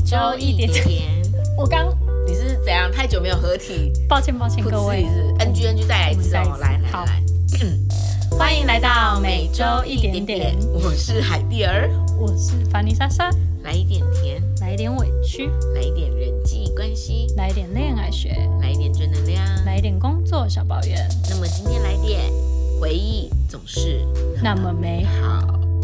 周一点点。 我刚你是怎样太久没有合体？ 抱歉各位， 是 NG 再来一次哦，来， 欢迎来到每周一点点。 我是海蒂儿， 我是凡妮莎莎。 来一点甜， 来一点委屈， 来一点人际关系， 来一点恋爱学， 来一点正能量， 来一点工作小抱怨。 那么今天来点回忆总是那么美好。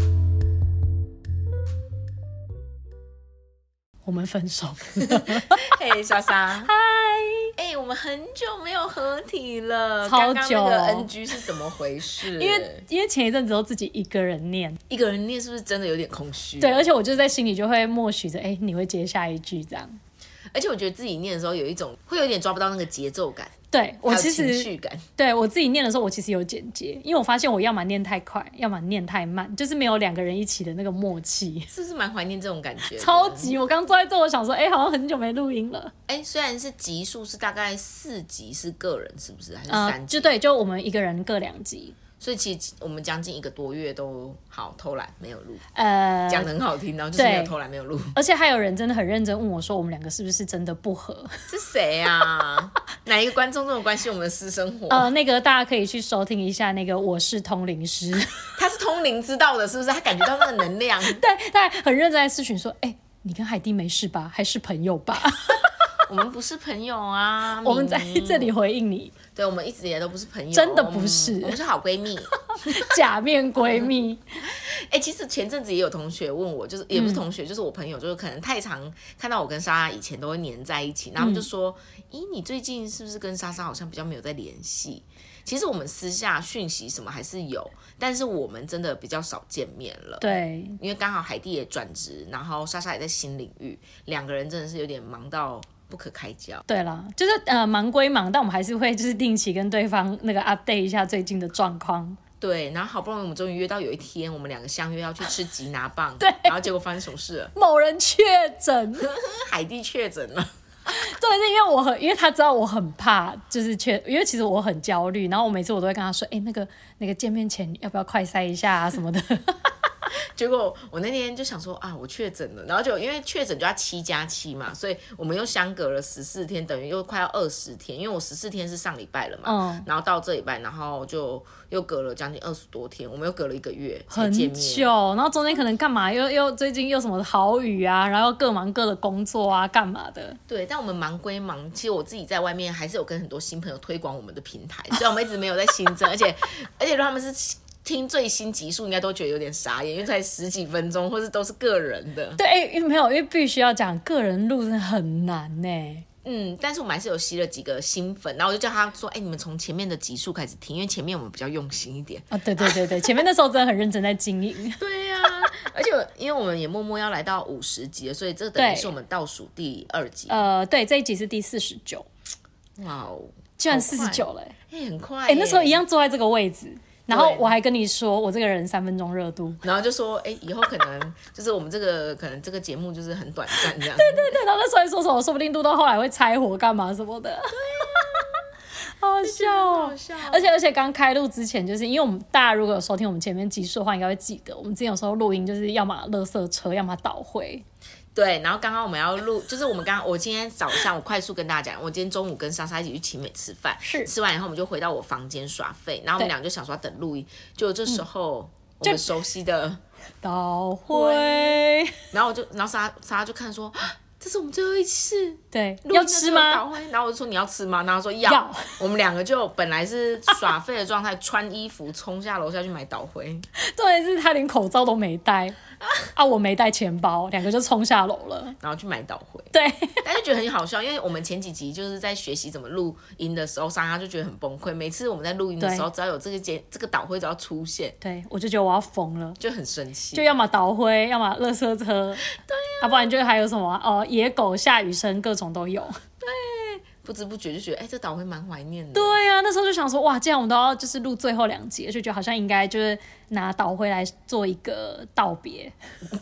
我们分手。 嘿，莎莎， 嗨。 我们很久没有合体了， 超久。 刚刚那个 NG 是怎么回事？ 因为前一阵子都自己一个人念， 是不是真的有点空虚？ 对，而且我就在心里就会默许着，你会接下一句这样。 而且我觉得自己念的时候会有点抓不到那个节奏感， 对我其实还有情绪感。 对我自己念的时候，我其实有剪接，因为我发现我要么念太快，要么念太慢，就是没有两个人一起的那个默契。 是不是蛮怀念这种感觉？ 超级！我刚坐在这，我想说，好像很久没录音了。 虽然是集数是大概4集是个人，是不是？还是3集？ 就我们一个人各2集。 所以其实我们将近1个多月都偷懒没有录，讲得很好听，然后就是没有偷懒没有录。 而且还有人真的很认真问我说，我们2个是不是真的不合？ 是谁啊？哪一个观众这么关心我们的私生活？ 那个大家可以去收听一下那个我是通灵师， 他是通灵知道的，是不是？他感觉到那个能量。 对，他很认真在咨询说，你跟海蒂没事吧？还是朋友吧？ 我们不是朋友啊， 我们在这里回应你。 对，我们一直以来都不是朋友， 真的不是， 我们是好闺蜜， 假面闺蜜。 其实前阵子也有同学问我，就是也不是同学，就是我朋友，就是可能太常看到我跟莎莎以前都会黏在一起，然后他们就说，你最近是不是跟莎莎好像比较没有在联系？其实我们私下讯息什么还是有，但是我们真的比较少见面了。 对， 因为刚好海蒂也转职，然后莎莎也在新领域，两个人真的是有点忙到不可开交。 对啦，就是忙归忙，但我们还是会就是定期跟对方那个 update 一下最近的状况。 对，然后好不容易我们终于约到有一天，我们2个相约要去吃吉拿棒， 对， 然后结果发生什么事了？ 某人确诊， 海蒂确诊了。 重点是因为他知道我很怕，就是因为其实我很焦虑，然后我每次我都会跟他说，那个见面前要不要快筛一下啊什么的。 结果我那天就想说我确诊了，然后就因为确诊就要7+7嘛，所以我们又相隔了14天，等于又快要20天，因为我14天是上礼拜了嘛，然后到这礼拜，然后就又隔了将近20多天，我们又隔了1个月才见面， 很久，然后中间可能干嘛又最近又什么豪雨啊，然后各忙各的工作啊，干嘛的。 对，但我们忙归忙，其实我自己在外面还是有跟很多新朋友推广我们的平台，所以我们一直没有在新增，而且如果他们是听最新集数应该都觉得有点傻眼，因为才10几分钟，或是都是个人的。 对，没有，因为必须要讲个人录真的很难呢。 但是我们还是有吸了几个新粉，然后我就叫他说，你们从前面的集数开始听，因为前面我们比较用心一点。 对，前面那时候真的很认真在经营。 对啊，而且因为我们也默默要来到50集了，所以这等于是我们倒数第2集。 对，这一集是第49。 哇哦， 居然49了很快。 那时候一样坐在这个位置。然后我还跟你说，我这个人3分钟热度， 然后就说，以后可能就是我们可能这个节目就是很短暂这样。 对，然后那时候还说什么，说不定录到后来会拆火干嘛什么的。好笑，而且刚开录之前，就是因为我们大家如果有收听我们前面集数的话，应该会记得，我们之前有时候录音就是要么垃圾车，要么倒灰。 对，然后刚刚我们要录，就是我今天早上我快速跟大家讲，我今天中午跟莎莎一起去奇美吃饭，吃完以后我们就回到我房间耍废，然后我们俩就想说要等录音，就这时候我们熟悉的倒灰， 然后莎莎就看说，这是我们最后一次， 对，要吃吗？ 然后我就说你要吃吗？然后说要。我们2个就本来是耍废的状态，穿衣服冲下楼下去买倒灰。 重点是他连口罩都没戴我没带钱包，2个就冲下楼了， 然后去买倒灰。 对， 但是觉得很好笑，因为我们前几集就是在学习怎么录音的时候，莎莎就觉得很崩溃。每次我们在录音的时候，只要有这个倒灰只要出现， 对我就觉得我要疯了， 就很生气， 就要么倒灰，要么垃圾车，对啊，不然就还有什么野狗、下雨声，各种都有。 对，不知不觉就觉得这倒灰蛮怀念的。 对啊，那时候就想说，哇，既然我们都要就是录最后2集，就觉得好像应该就是拿倒灰来做一个道别。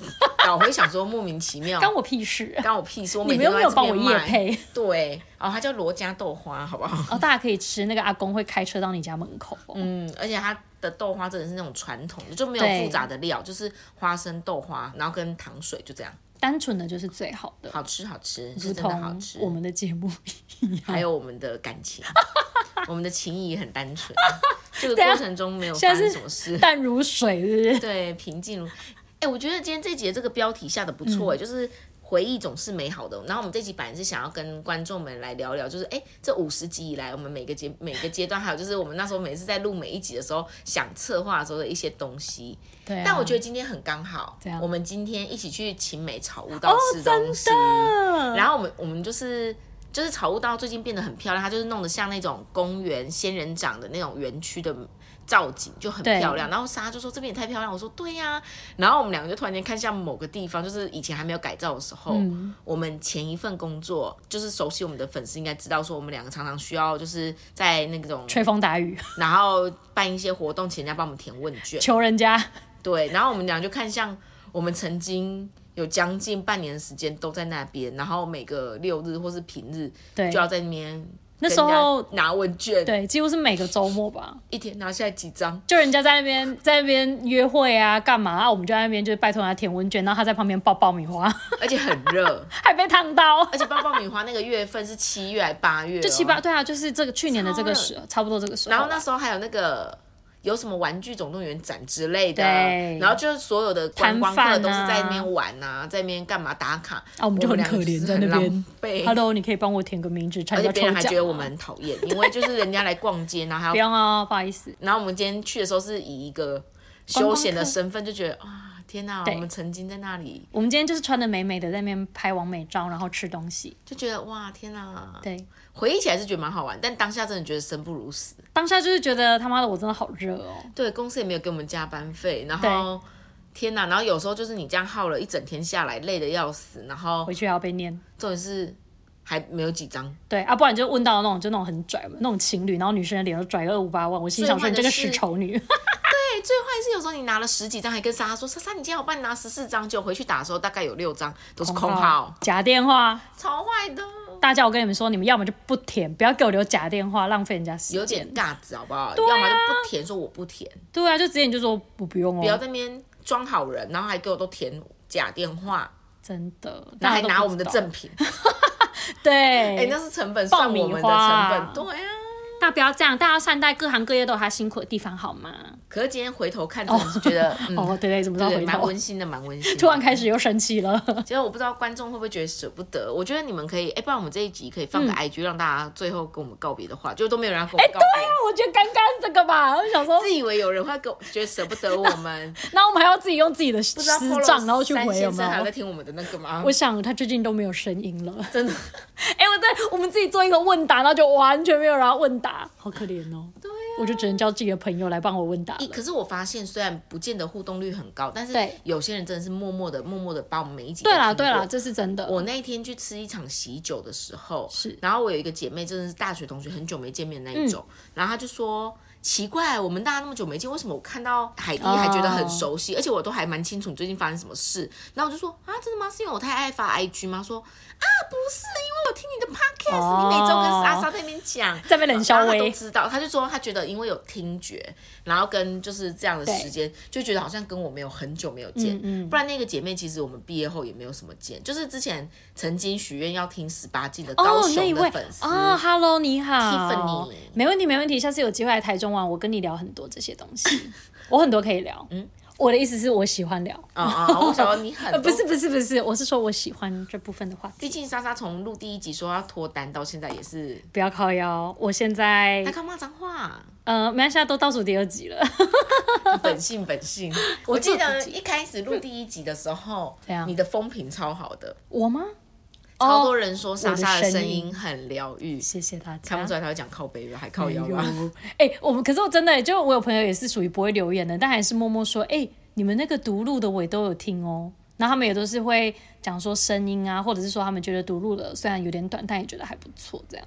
搞回想说莫名其妙， 干我屁事， 干我屁事，我你们每天都又没有帮我在这边卖。 业配。 对，它叫罗家豆花，好不好？ 大家可以吃，那个阿公会开车到你家门口而且它的豆花真的是那种传统的，就没有复杂的料，就是花生豆花，然后跟糖水就这样， 单纯的就是最好的， 好吃，是如真的好吃。 同我们的节目一样， 还有我们的感情，我们的情谊很单纯，这个过程中没有发生什么事， 淡如水，是不是？ 对，平静如。我觉得今天这集的这个标题下的不错，就是回忆总是美好的。然后我们这集本来是想要跟观众们来聊聊，就是这50集以来，我们每个阶段，还有就是我们那时候每次在录每一集的时候想策划的时候的一些东西。 对、 但我觉得今天很刚好，我们今天一起去勤美草悟道吃东西，然后我们就是草悟道最近变得很漂亮，它就是弄得像那种公园仙人掌的那种园区的造景，就很漂亮。然后莎就说这边也太漂亮，我说对呀。然后我们两个就突然间看向某个地方，就是以前还没有改造的时候，我们前一份工作，就是熟悉我们的粉丝应该知道说，我们两个常常需要就是在那种吹风打雨， 然后办一些活动，请人家帮我们填问卷， 求人家。 对，然后我们俩就看向我们曾经有将近半年的时间都在那边，然后每个6日或是平日就要在那边。 那时候拿问卷， 对，几乎是每个周末吧， 一天拿下来几张， 就人家在那边约会啊，干嘛啊？我们就在那边就拜托他填问卷，然后他在旁边爆爆米花， 而且很热， 还被烫到， 而且爆爆米花那个月份是7月还8月， 就7、8，对啊，就是这个去年的这个时候，差不多这个时候。 然后那时候还有那个。有什么玩具总动员展之类的， 然后就是所有的观光客都是在那边玩啊，在那边干嘛打卡我们就很可怜在那边。Hello， 你可以帮我填个名字， 而且别人还觉得我们很讨厌，因为就是人家来逛街，然后还要不用哦，不好意思。 然后我们今天去的时候是以一个休闲的身份，就觉得天哪，我们曾经在那里。 我们今天就是穿的美美的，在那边拍完美照，然后吃东西， 就觉得哇，天哪！ 对， 回忆起来是觉得蛮好玩，但当下真的觉得生不如死。 当下就是觉得他妈的我真的好热哦。 对，公司也没有给我们加班费，然后天哪，然后有时候就是你这样耗了一整天下来，累得要死，然后回去还要被念。 重点是还没有几张。 对啊，不然就问到那种很拽嘛，那种情侣，然后女生的脸都拽个2、5、8万，我心想说你这个死丑女。 对，最坏是有时候你拿了10几张，还跟莎莎说：“莎莎，你今天我帮你拿14张。”就回去打的时候，大概有6张都是空号， 假电话， 超坏的。 大家，我跟你们说，你们要么就不填，不要给我留假电话，浪费人家时间。 有点尬子好不好？要么就不填，说我不填。 对啊，就直接你就说我不用哦。 不要在那边装好人，然后还给我都填假电话， 真的， 然后还拿我们的赠品。 对， 那是成本，算我们的成本。对啊。 大家不要这样，大家要善待各行各业都有他辛苦的地方，好吗？ 可是今天回头看，真的是觉得， 对，怎么知道回头？ 蛮温馨的，蛮温馨的。 突然开始又生气了。 其实我不知道观众会不会觉得舍不得。我觉得你们可以，不然我们这一集可以放个 IG，让大家最后跟我们告别的话，就都没有人要跟我们告别。 对啊，我觉得刚刚这个吧，我想说， 自以为有人会跟我觉得舍不得我们， 然后我们还要自己用自己的私账，然后去回，有没有？ 还在听我们的那个吗？ 我想他最近都没有声音了， 真的。 我们自己做一个问答，然后就完全没有人要问答，好可怜哦。对啊，我就只能叫自己的朋友来帮我问答了。 可是我发现，虽然不见得互动率很高，但是有些人真的是默默的把我们每一集对啦，这是真的。 我那一天去吃一场喜酒的时候，然后我有一个姐妹，真的是大学同学，很久没见面的那一种，然后她就说。奇怪，我们大家那么久没见，为什么我看到海蒂还觉得很熟悉，而且我都还蛮清楚你最近发生什么事。然后我就说真的吗？是因为我太爱发 IG 吗？说不是，因为我听你的 podcast，你每周跟莎莎在那边讲， 在那边冷笑微， 他都知道。他就说他觉得因为有听觉，然后跟就是这样的时间，就觉得好像跟我没有很久没有见。不然那个姐妹其实我们毕业后也没有什么见，就是之前曾经许愿要听18禁的高雄的粉丝。 Hello， 你好 ，Tiffany， 没问题没问题，下次有机会来台中。我跟你聊很多这些东西，我很多可以聊。我的意思是我喜欢聊。 我想说你很多不是，我是说我喜欢这部分的话题。 毕竟莎莎从录第1集说要脱单到现在也是不要靠腰，我现在还靠骂脏话。 没关系，都倒数第2集了。 本性。我记得一开始录第1集的时候，你的风评超好的。 我吗？ 超多人说莎莎的声音很疗愈， 谢谢大家。 看不出来他会讲靠背了，还靠腰吧？ 可是我真的就我有朋友也是属于不会留言的，但还是默默说，你们那个读录的我也都有听哦。然后他们也都是会讲说声音啊，或者是说他们觉得读录的虽然有点短，但也觉得还不错这样。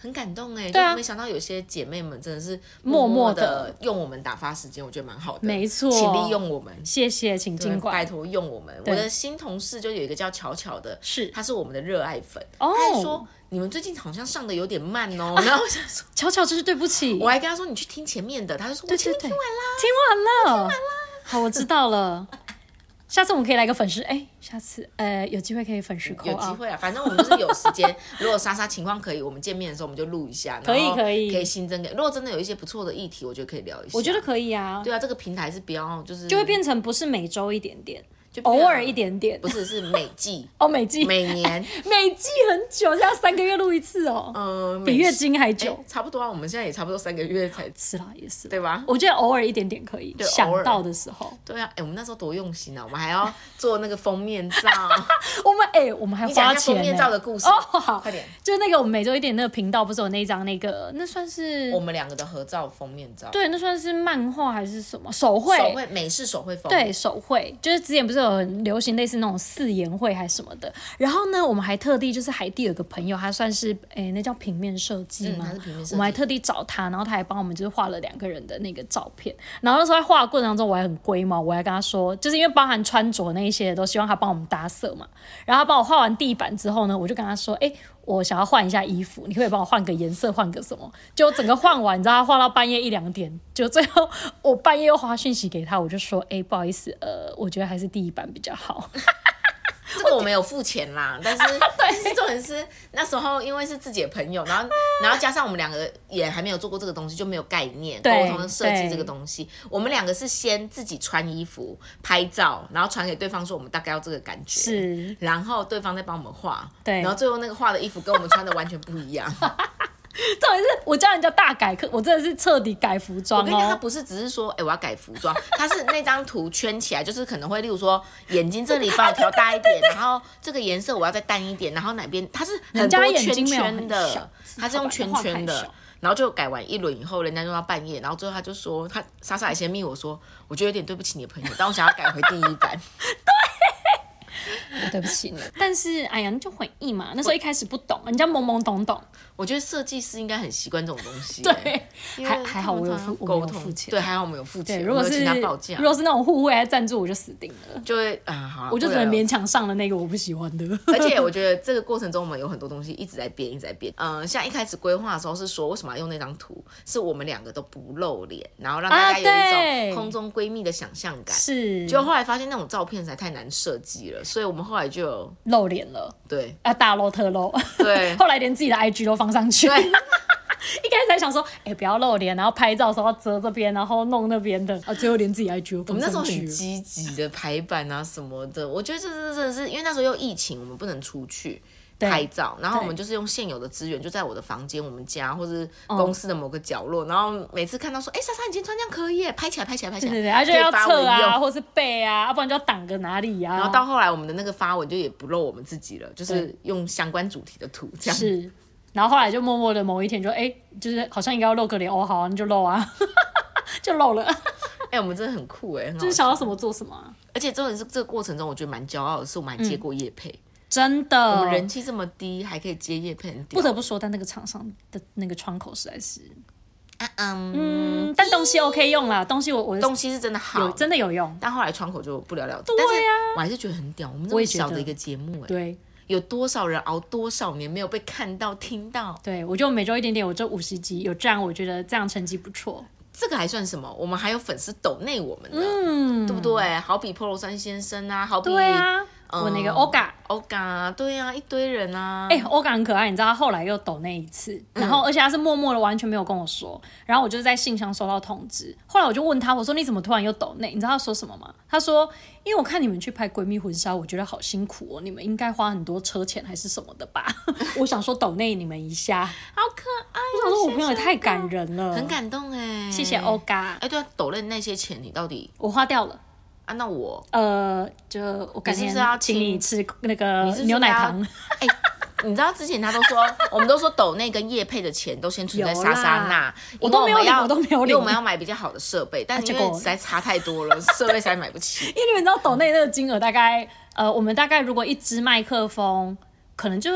很感动哎， 对啊就没想到有些姐妹们真的是默默默的用我们打发时间，我觉得蛮好的。 没错， 请利用我们， 谢谢，请尽管， 拜托用我们。我的新同事就有一个叫巧巧的， 是他是我们的热爱粉， 哦他还说你们最近好像上的有点慢哦，然后我想说， 巧巧真是对不起， 我还跟他说你去听前面的，他就说我前面听完啦， 听完了，好，我知道了。下次我们可以来个粉丝，下次有机会可以粉丝扣有机会啊，反正我们就是有时间，如果莎莎情况可以，我们见面的时候我们就录一下， 可以可以新增给。如果真的有一些不错的议题，我觉得可以聊一下。 我觉得可以啊， 对啊，这个平台是不要就会变成不是每周一点点。 就偶尔一点点， 不是每季每季每年每季很久，现在3个月录一次哦，比月经还久， 差不多啊，我们现在也差不多3个月才是啦，也是对吧？ 我觉得偶尔一点点可以，想到的时候， 对啊，我们那时候多用心啊，我们还要做那个封面照， 我们还花钱封面照的故事好， 快点， 就是那个我们每周一点那个频道不是有那一张那算是我们2个的合照封面照， 对，那算是漫画还是什么手绘美式手绘风， 对，手绘就是之前不是有很流行类似那种4言会还是什么的，然后呢，我们还特地就是海蒂有个朋友，他算是那叫平面设计吗？ 他是平面设计， 我们还特地找他，然后他还帮我们就是画了2个人的那个照片，然后那时候在画的过程当中，我还很龟毛，我还跟他说，就是因为包含穿着那一些都希望他帮我们搭色嘛，然后他帮我画完地板之后呢，我就跟他说，我想要换一下衣服，你可以帮我换个颜色，换个什么？就整个换完，你知道他画到半夜1-2点，就最后我半夜又发讯息给他，我就说，不好意思，我觉得还是第一版比较好。 这个我没有付钱啦，但是重点是那时候因为是自己的朋友，然后加上我们2个也还没有做过这个东西，就没有概念沟通设计这个东西。我们2个是先自己穿衣服拍照，然后传给对方说我们大概要这个感觉， 是， 然后对方再帮我们画， 对， 然后最后那个画的衣服跟我们穿的完全不一样。 重点是我叫人家大改，我真的是彻底改服装哦。 我跟你讲，他不是只是说，我要改服装，他是那张图圈起来，就是可能会，例如说眼睛这里帮我调大一点，然后这个颜色我要再淡一点，然后哪边它是很多圈圈的，它是用圈圈的，然后就改完一轮以后，人家用到半夜，然后最后他就说，莎莎也先密我说，我觉得有点对不起你的朋友，但我想要改回第一版。 对不起你，但是哎呀，那就回忆嘛。那时候一开始不懂，人家懵懵懂懂。 我觉得设计师应该很习惯这种东西。 对，还好我有付钱。 对，还好我们有付钱。 对，如果是请他报价， 如果是那种互惠还赞助，我就死定了。 就会好， 我就只能勉强上了那个我不喜欢的。 而且我觉得这个过程中，我们有很多东西一直在变，一直在变。像一开始规划的时候是说，为什么要用那张图？是我们2个都不露脸，然后让大家有一种空中闺蜜的想象感。 是。 就后来发现那种照片实在太难设计了，所以我们后来就有露脸了。 对， 大露特露。 对， 后来连自己的 IG 都放上去。对。一开始还想说，不要露脸，然后拍照的时候要遮这边，然后弄那边的，最后连自己 IG 都放上去。 我们那时候很积极的排版啊什么的，我觉得这真的是因为那时候又疫情，我们不能出去拍照，然后我们就是用现有的资源，就在我的房间、我们家或是公司的某个角落，然后每次看到说，莎莎你今天穿这样可以耶，拍起来。 对，然后就要侧啊，或是背啊，要不然就要挡个哪里啊。 然后到后来我们的那个发文就也不露我们自己了，就是用相关主题的图这样。 是。然后后来就默默的某一天就就是好像应该要露个脸好啊，那就露啊，就露了。 我们真的很酷就是想要什么做什么啊。 而且重点是这个过程中，我觉得蛮骄傲的是，我们还接过业配。 真的， 我们人气这么低，还可以接业配， 不得不说，但那个厂商的那个窗口实在是，但东西 OK 用啦，东西是真的好， 真的有用， 但后来窗口就不了了之。 对但是我还是觉得很屌，我们这么小的一个节目， 对。 有多少人熬多少年没有被看到听到？ 对，我就每周一点点，我这50集有这样，我觉得这样成绩不错。 这个还算什么？我们还有粉丝抖内我们的，对不对？好比 Polo 山先生啊，好比对啊，我那个 Oga，对啊，一堆人啊。 Oga 很可爱，你知道他后来又抖那一次，然后而且他是默默的，完全没有跟我说，然后我就是在信箱收到通知，后来我就问他，我说你怎么突然又抖内？你知道他说什么吗？他说因为我看你们去拍闺蜜婚纱，我觉得好辛苦哦，你们应该花很多车钱还是什么的吧？我想说抖内你们一下， 好可爱。 我想说我朋友也太感人了， 很感动哎， 谢谢 Oga。 对啊，抖内那些钱你到底我花掉了。 那我就我改天是要请你吃那个牛奶糖。 你知道之前他都说，我们都说抖内跟业配的钱都先存在莎莎那， 我都没有领， 因为我们要买比较好的设备，但因为实在差太多了，设备实在买不起。 因为你们知道抖内那个金额大概，我们大概如果一支麦克风，可能就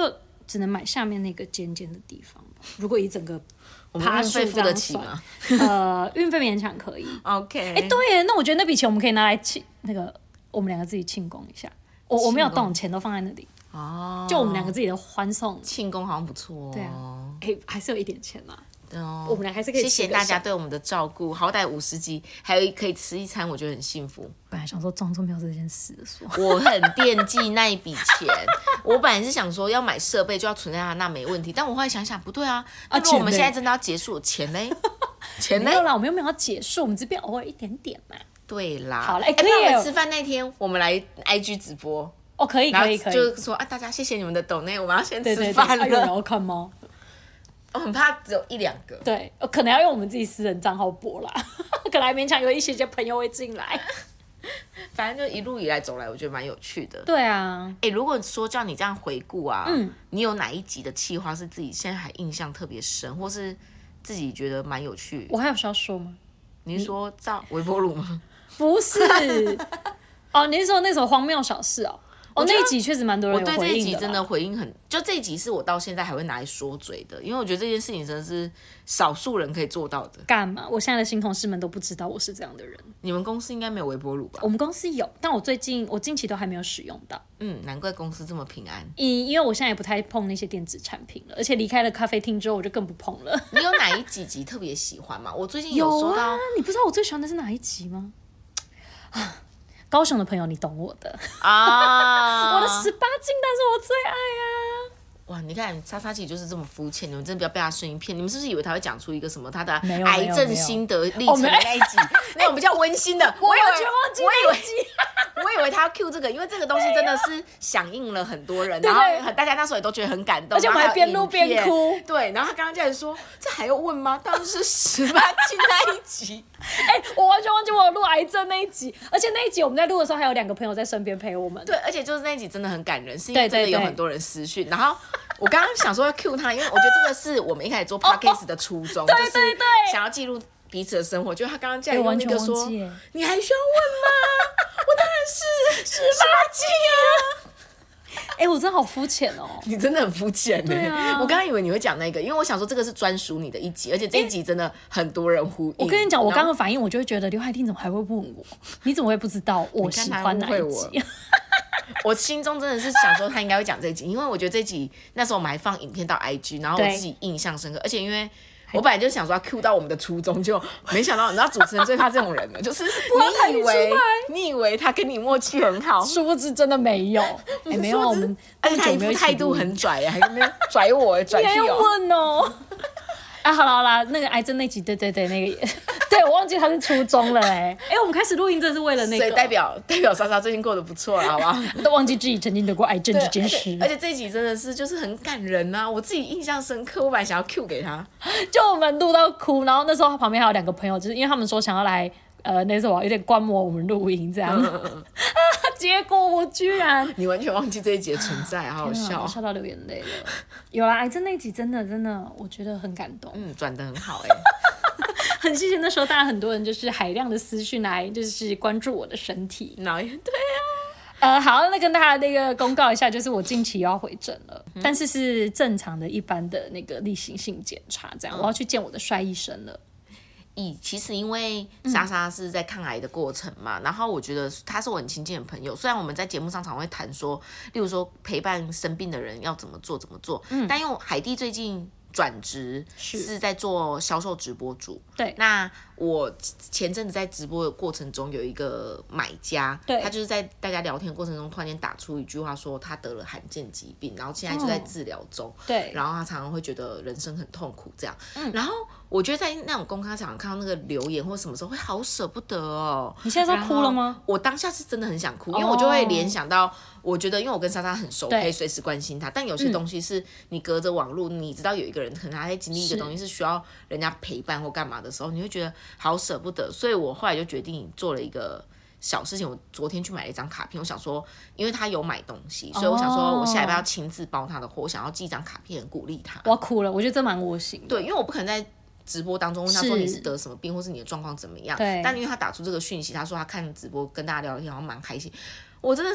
只能买下面那个尖尖的地方吧。如果以整个我们运费付得起吗？ 运费勉强可以。 OK， 对耶，那我觉得那笔钱我们可以拿来那个我们两个自己庆功一下。我没有动，钱都放在那里。就我们两个自己的欢送庆功好像不错。 对啊，还是有一点钱嘛。我们俩还是可以。 谢谢大家对我们的照顾，好歹50集还有可以吃一餐，我觉得很幸福。 本来想说装作没有这件事的说， 我很惦记那一笔钱。我本来是想说要买设备就要存在它那没问题，但我后来想想不对啊，那如果我们现在真的要结束，钱嘞？钱嘞？ 没有啦，我们又没有要结束，我们这边偶尔一点点嘛。 对啦， 好了，可以。 我们吃饭那天我们来 IG 直播。 可以， 就是说大家谢谢你们的抖内，我们要先吃饭了。 有人要看吗？ 我很怕只有1-2个。 对，可能要用我们自己私人账号播啦，可能还勉强有一些朋友会进来。 反正就一路以来走来，我觉得蛮有趣的。 对啊， 如果说叫你这样回顾啊，你有哪一集的企划是自己现在还印象特别深，或是自己觉得蛮有趣？ 我还有需要说吗？ 你是说照微波炉吗？ 不是，你是说那种荒谬小事哦？那一集确实蛮多人有回应的。 我对这一集真的回应就这一集是我到现在还会拿来说嘴的，因为我觉得这件事情真的是少数人可以做到的。 干嘛？我现在的新同事们都不知道我是这样的人。 你们公司应该没有微波炉吧？ 我们公司有，但我近期都还没有使用到。 难怪公司这么平安。 因为我现在也不太碰那些电子产品了，而且离开了咖啡厅之后，我就更不碰了。 你有哪几集特别喜欢吗？我最近有收到。 你不知道我最喜欢的是哪一集吗？高雄的朋友，你懂我的啊！ 我的18禁，但是我最爱啊！ 哇，你看莎莎姐就是这么肤浅，你们真的不要被她顺一骗。你们是不是以为她会讲出一个什么她的癌症心得历程那一集，那种比较温馨的？ 我完全忘记那一集。 我以为他要 cue 这个，因为这个东西真的是响应了很多人，然后大家那时候也都觉得很感动， 而且我们还边录边哭。 对，然后他刚刚这样说，这还要问吗？当然是18禁那一集。 我完全忘记我有录癌症那一集，而且那一集我们在录的时候还有2个朋友在身边陪我们。 对，而且就是那一集真的很感人，是因为真的有很多人私讯，然后我刚刚想说要 cue 他，因为我觉得这个是我们一开始做 podcast 的初衷，就是想要记录彼此的生活。就他刚刚这样用那个说，你还需要问吗？我当然是18禁啊！ 我真的好肤浅哦！ 你真的很肤浅呢。我刚刚以为你会讲那个，因为我想说这个是专属你的一集，而且这一集真的很多人呼应。 我跟你讲，我刚刚反应，我就会觉得刘海婷怎么还会问我？你怎么会不知道我喜欢哪一集？ 我心中真的是想说他应该会讲这一集，因为我觉得这一集那时候我们还放影片到 IG， 然后我自己印象深刻，而且因为我本来就想说要 cue 到我们的初衷，就没想到，你知道主持人最怕这种人了，就是你以为他跟你默契很好， 殊不知真的没有。没有，我们而且他一副态度很拽还在那边拽我拽屁哦。问哦。好啦，那个癌症那集，对，那个也，对我忘记他是初中了我们开始录音真的是为了那个， 所以代表莎莎最近过得不错了，好不好？ 都忘记自己曾经得过癌症这件事。 而且这一集真的是就是很感人啊，我自己印象深刻，我本来想要 cue 给他， 就我们录到哭，然后那时候旁边还有2个朋友，就是因为他们说想要来那时候有点观摩我们录音这样。结果我居然你完全忘记这一集的存在，好好笑， 我笑到流眼泪了。有啦，癌症那一集真的我觉得很感动， 转得很好很谢谢那时候大家很多人就是海量的私讯来就是关注我的身体。 对啊。 好，那跟大家那个公告一下，就是我近期要回诊了，但是是正常的一般的那个例行性检查，这样我要去见我的帅医生了。 其实因为莎莎是在抗癌的过程嘛，然后我觉得他是我很亲近的朋友，虽然我们在节目上常会谈说，例如说陪伴生病的人要怎么做，但因为海蒂最近转职是在做销售直播主， 对， 那我前阵子在直播的过程中有一个买家，他就是在大家聊天的过程中突然间打出一句话说他得了罕见疾病，然后现在就在治疗中， 对， 然后他常常会觉得人生很痛苦这样，然后我觉得在那种公开场看到那个留言或什么时候会好舍不得哦。 你现在在哭了吗？ 我当下是真的很想哭，因为我就会联想到，我觉得因为我跟莎莎很熟，可以随时关心她，但有些东西是你隔着网络，你知道有一个人可能他在经历一个东西是需要人家陪伴或干嘛的时候，你会觉得好舍不得，所以我后来就决定做了一个小事情。我昨天去买了一张卡片，我想说，因为他有买东西，所以我想说我下礼拜要亲自包他的货，我想要寄一张卡片鼓励他。 我要哭了，我觉得这蛮窝心的。 对，因为我不可能在直播当中问他说你是得什么病，或是你的状况怎么样。 对。 但因为他打出这个讯息，他说他看直播跟大家聊天好像蛮开心，我真的是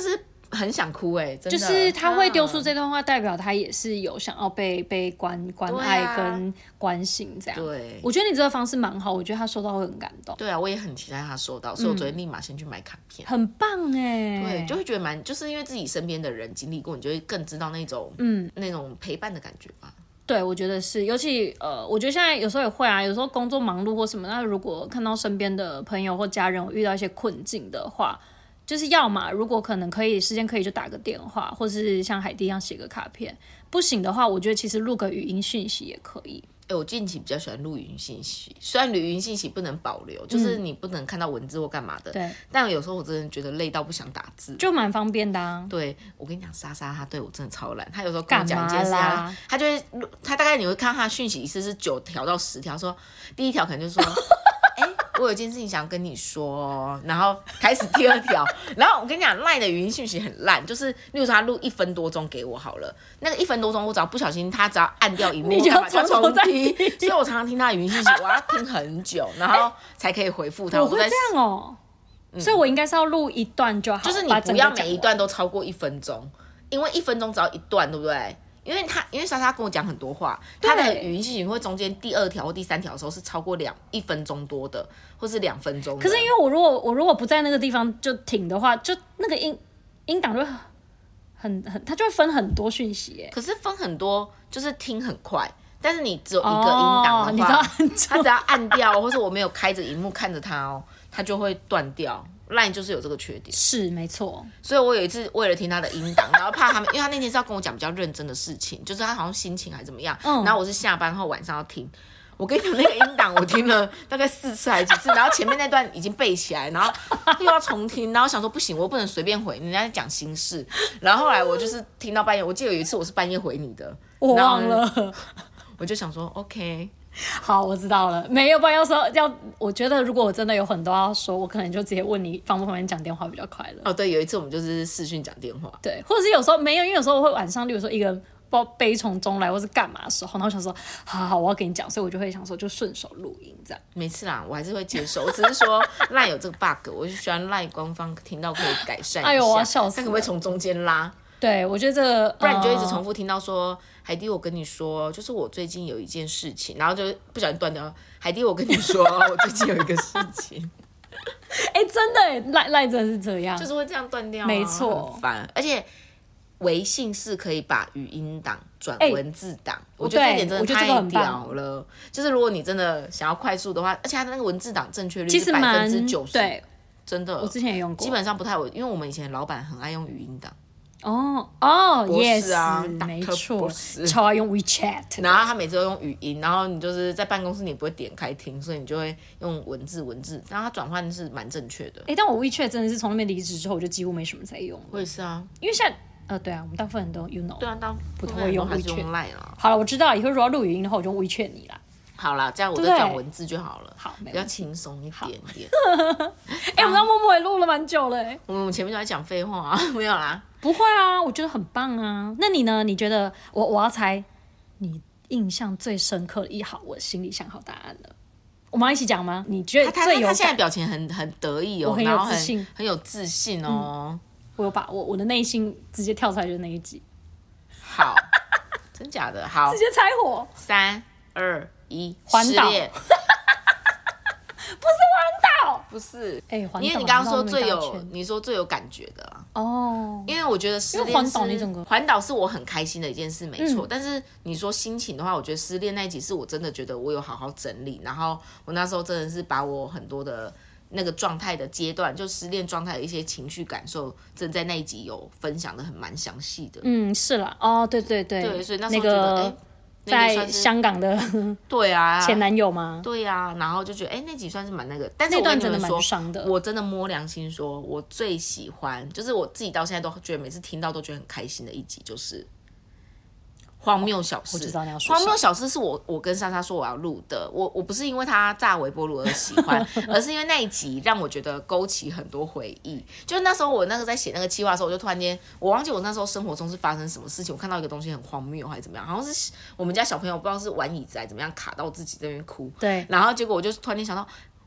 很想哭真的。 就是他会丢出这段话，代表他也是有想要被关爱跟关心这样。 对， 我觉得你这个方式蛮好，我觉得他收到会很感动。 对啊，我也很期待他收到，所以我昨天立马先去买卡片。 很棒对，就会觉得就是因为自己身边的人经历过，你就会更知道那种那种陪伴的感觉吧。 对，我觉得是，尤其我觉得现在有时候也会啊，有时候工作忙碌或什么，那如果看到身边的朋友或家人有遇到一些困境的话，就是要嘛，如果可能可以时间可以就打个电话，或是像海蒂一样写个卡片，不行的话，我觉得其实录个语音讯息也可以。 我近期比较喜欢录语音信息，虽然语音信息不能保留，就是你不能看到文字或干嘛的， 对。 但有时候我真的觉得累到不想打字， 就蛮方便的啊。 对，我跟你讲，莎莎她对我真的超懒，她有时候跟我讲一件事啊，她就会，她大概你会看她讯息一次是9条到10条，说第一条可能就是说。我有一件事情想跟你说，然后开始第2条，然后我跟你讲，LINE 的语音讯息很烂，就是例如说他录1分多钟给我好了，那个1分多钟我只要不小心，他只要按掉荧幕， 你就要重听，所以我常常听他的语音讯息，我要听很久，然后才可以回复他。 我会这样哦，所以我应该是要录一段就好， 就是你不要每一段都超过1分钟，因为1分钟只要1段，对不对？因为莎莎跟我讲很多话，她的语音信息会中间第2条或第3条的时候是超过1分钟多的，或是2分钟的。 可是因为我如果不在那个地方就停的话，就那个音档就它就会分很多讯息耶。 可是分很多就是听很快，但是你只有一个音档的话，它只要按掉，或是我没有开着荧幕看着它它就会断掉。LINE 就是有这个缺点， 是没错。 所以我有一次为了听他的音档，然后怕他们，因为他那天是要跟我讲比较认真的事情，就是他好像心情还怎么样，然后我是下班后晚上要听。我跟你讲，那个音档我听了大概4次还几次，然后前面那段已经背起来，然后又要重听，然后想说不行，我不能随便回，人家在讲心事。然后后来我就是听到半夜，我记得有一次我是半夜回你的， 我忘了， 我就想说 OK。 好，我知道了。没有，不然我觉得如果我真的有很多要说，我可能就直接问你方不方便讲电话比较快了。 对，有一次我们就是视讯讲电话， 对，或者是有时候没有，因为有时候我会晚上，例如说一个人不知道悲从中来或是干嘛的时候，然后想说好，我要跟你讲，所以我就会想说就顺手录音这样。 没事啦，我还是会接受，我只是说LINE 有这个 bug， 我就喜欢LINE官方听到可以改善一下。 哎呦，我要笑死了！ 看可不可以从中间拉？ 对，我觉得这个不然你就一直重复听到说海蒂，我跟你说，就是我最近有一件事情，然后就不小心断掉。海蒂，我跟你说，我最近有一个事情。 真的赖真的是这样， 就是会这样断掉， 没错， 很烦。而且微信是可以把语音档转文字档，我觉得这点真的太屌了。就是如果你真的想要快速的话，而且它的那个文字档正确率是90%， 对， 真的， 我之前也用过， 基本上不太因为我们以前老板很爱用语音档。 yes， 没错，超爱用 WeChat， 然后他每次都用语音，然后你就是在办公室你不会点开听，所以你就会用文字，然后它转换是蛮正确的。 但我 WeChat 真的是从那边离职之后，我就几乎没什么在用了。 我也是啊， 因为现在对啊，我们大部分人都 you know， 对啊， 不太会用 WeChat。 好了，我知道以后如果要录语音的话，我就 WeChat 你啦。 好啦，这样我就转文字就好了， 好， 比较轻松一点点。 我们默默也录了蛮久了我们前面都在讲废话啊，没有啦。 不会啊，我觉得很棒啊。那你呢？你觉得我要猜你印象最深刻的我心里想好答案了。我们要一起讲吗？你觉得最有感？他现在表情很得意我很有自信， 很有自信哦。 我有把我的内心直接跳出来就是那一集。 好，真假的？好， 直接拆火。 3、2、1， 环岛。不是环岛， 不是， 环岛， 因为你刚刚说你说最有感觉的啊。因为我觉得失恋环岛是我很开心的一件事，没错。但是你说心情的话，我觉得失恋那一集是我真的觉得我有好好整理，然后我那时候真的是把我很多的那个状态的阶段，就失恋状态的一些情绪感受，真的在那一集有分享的蛮详细的。 是啦，对， 所以那时候觉得在香港的对啊前男友吗？ 对啊，然后就觉得那集算是蛮那个，但是我跟你们说， 那段真的蛮伤的。 我真的摸良心说，我最喜欢就是我自己到现在都觉得每次听到都觉得很开心的一集，就是荒谬小事。 我知道你要说荒谬小事是我跟莎莎说我要录的，我不是因为他炸微波炉而喜欢，而是因为那一集让我觉得勾起很多回忆。就是那时候我那个在写那个企划的时候，我就突然间我忘记我那时候生活中是发生什么事情，我看到一个东西很荒谬还是怎么样，好像是我们家小朋友不知道是玩椅子还是怎么样卡到自己这边哭， 对， 然后结果我就突然间想到。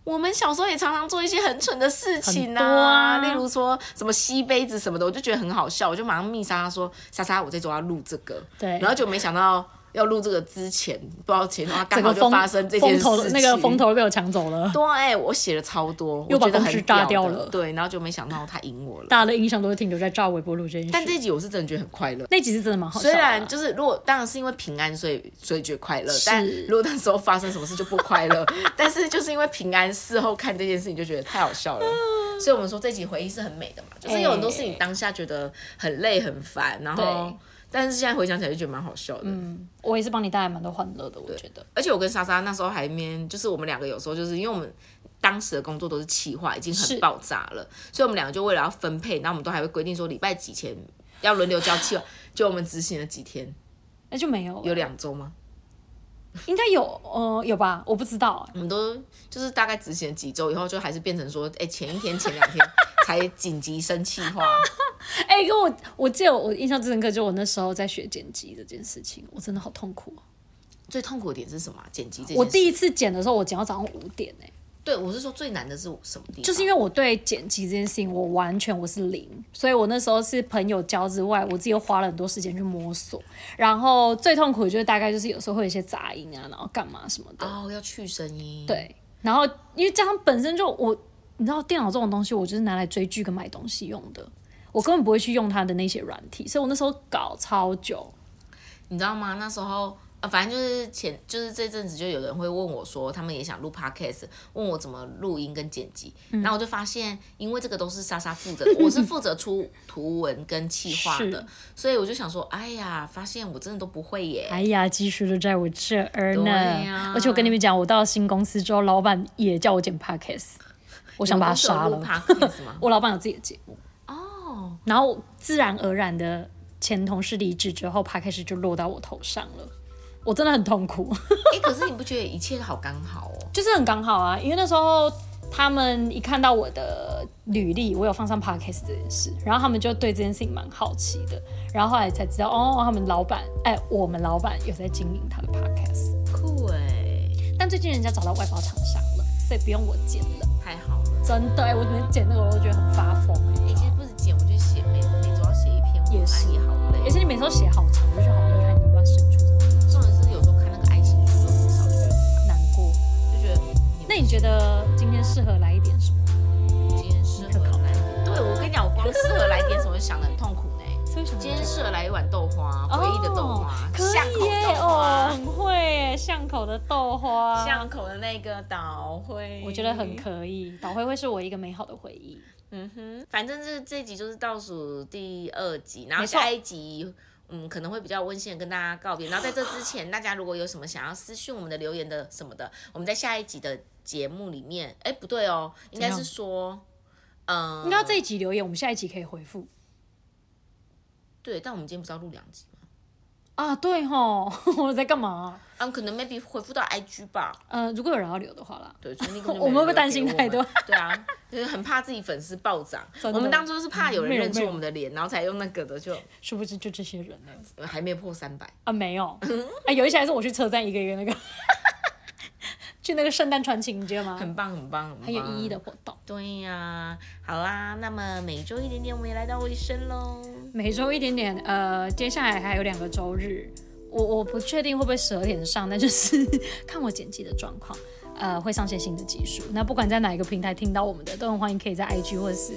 我们小时候也常常做一些很蠢的事情例如说什么吸杯子什么的，我就觉得很好笑，我就马上密莎莎说：“莎莎，我这周要录这个。” 对， 然后就没想到要录这个之前，不知道前刚好就发生这件事情， 那个风头被我抢走了。 对，我写了超多， 又把公司炸掉了。 对，然后就没想到他赢我了。 大家的印象都是停留在炸微波炉这件事。 但这集我是真的觉得很快乐， 那集是真的蛮好笑的。 虽然就是如果当然是因为平安，所以觉得快乐。但如果那时候发生什么事就不快乐。但是就是因为平安，事后看这件事情就觉得太好笑了。所以我们说这集回忆是很美的嘛，就是有很多事情当下觉得很累很烦，然后。但是现在回想起来就觉得蛮好笑的。 我也是帮你带来蛮多欢乐的，我觉得。 而且我跟莎莎那时候还就是我们两个有时候就是因为我们当时的工作都是企划，已经很爆炸了，所以我们两个就为了要分配，然后我们都还会规定说礼拜几前要轮流交企划，就我们执行了几天， 那就没有有2周吗？ 应该有，有吧？我不知道。 我们都就是大概执行了几周以后，就还是变成说，前1天、前2天才紧急生企划。 我记得我印象最深刻，就我那时候在学剪辑这件事情，我真的好痛苦。 最痛苦的点是什么？剪辑这件事。 我第一次剪的时候，我剪到早上5点对，我是说最难的是什么地方？ 就是因为我对剪辑这件事情，我是零，所以我那时候是朋友教之外，我自己又花了很多时间去摸索。然后最痛苦的就是大概就是有时候会有一些杂音啊，然后干嘛什么的。 要去声音。 对，然后因为加上本身就你知道电脑这种东西，我就是拿来追剧跟买东西用的，我根本不会去用它的那些软体，所以我那时候搞超久。 你知道吗？那时候。反正就是这阵子就有人会问我说，他们也想录 podcast， 问我怎么录音跟剪辑。然后我就发现，因为这个都是莎莎负责的，我是负责出图文跟企划的，所以我就想说，哎呀，发现我真的都不会耶。 哎呀，技术都在我这儿呢。 对呀。 而且我跟你们讲，我到了新公司之后，老板也叫我剪 podcast， 我想把他杀了。我老板有自己的节目然后自然而然的前同事离职之后 podcast 就落到我头上了。我真的很痛苦。 可是你不觉得一切好刚好哦？ 就是很刚好啊，因为那时候他们一看到我的履历，我有放上 podcast 这件事，然后他们就对这件事情蛮好奇的，然后后来才知道他们我们老板有在经营他的 podcast， 酷但最近人家找到外包厂商了，所以不用我剪了， 太好了， 真的我每次剪那个我都觉得很发疯其实不是剪，我就写每周要写一篇文案也好累， 而且你每次都写好长，我就觉得好厉害，你把它生出这种。 重点是有时候看那个爱情书都很少，就觉得难过， 就觉得。 那你觉得今天适合来一点什么？ 今天适合来一点，对我跟你讲，我光适合来一点什么想得很痛苦呢。今天适合来一碗豆花，回忆的豆花，巷口豆花， 很会耶，巷口的豆花， 巷口的那个岛灰， 我觉得很可以，岛灰会是我一个美好的回忆。 反正这集就是倒数第2集，然后下一集可能会比较温馨的跟大家告别。然后在这之前，大家如果有什么想要私讯我们的留言的什么的，我们在下一集的节目里面，不对哦，应该是说， 应该这一集留言，我们下一集可以回复。 对，但我们今天不是要录2集吗？ 啊，对齁，我在干嘛？ 可能 maybe 回复到 IG 吧。 如果有人要留的话啦。 对，所以我们会不会担心太多？ 对啊，就是很怕自己粉丝暴涨。我们当初是怕有人认出我们的脸，然后才用那个的，就殊不知就这些人呢， 还没破300 啊，没有。有一些还是我去车站一个一个那个。去那个圣诞传情，你觉得吗？ 很棒，很棒，很棒， 很有意义的活动。 对呀，好啦，那么每周一点点，我们也来到尾声喽。 每周一点点，接下来还有2个周日，我不确定会不会12点上，但就是看我剪辑的状况，会上线新的集数。那不管在哪一个平台听到我们的，都很欢迎可以在 IG 或者是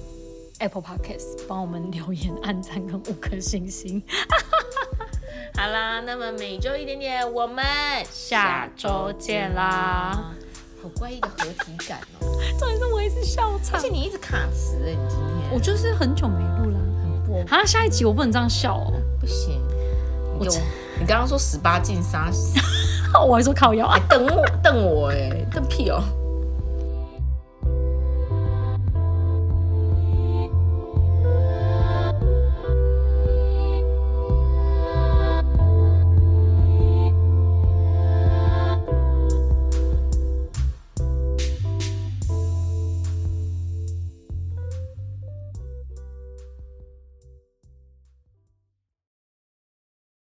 Apple Podcast 帮我们留言、按赞跟5颗星星。 好啦，那么每周一点点，我们下周见啦！ 好怪异的合体感哦， 重点是我一直笑场， 而且你一直卡词你今天我就是很久没录了， 很破。 下一集我不能这样笑哦， 不行。你刚刚说18禁杀， 我还说靠腰， 瞪我瞪屁哦。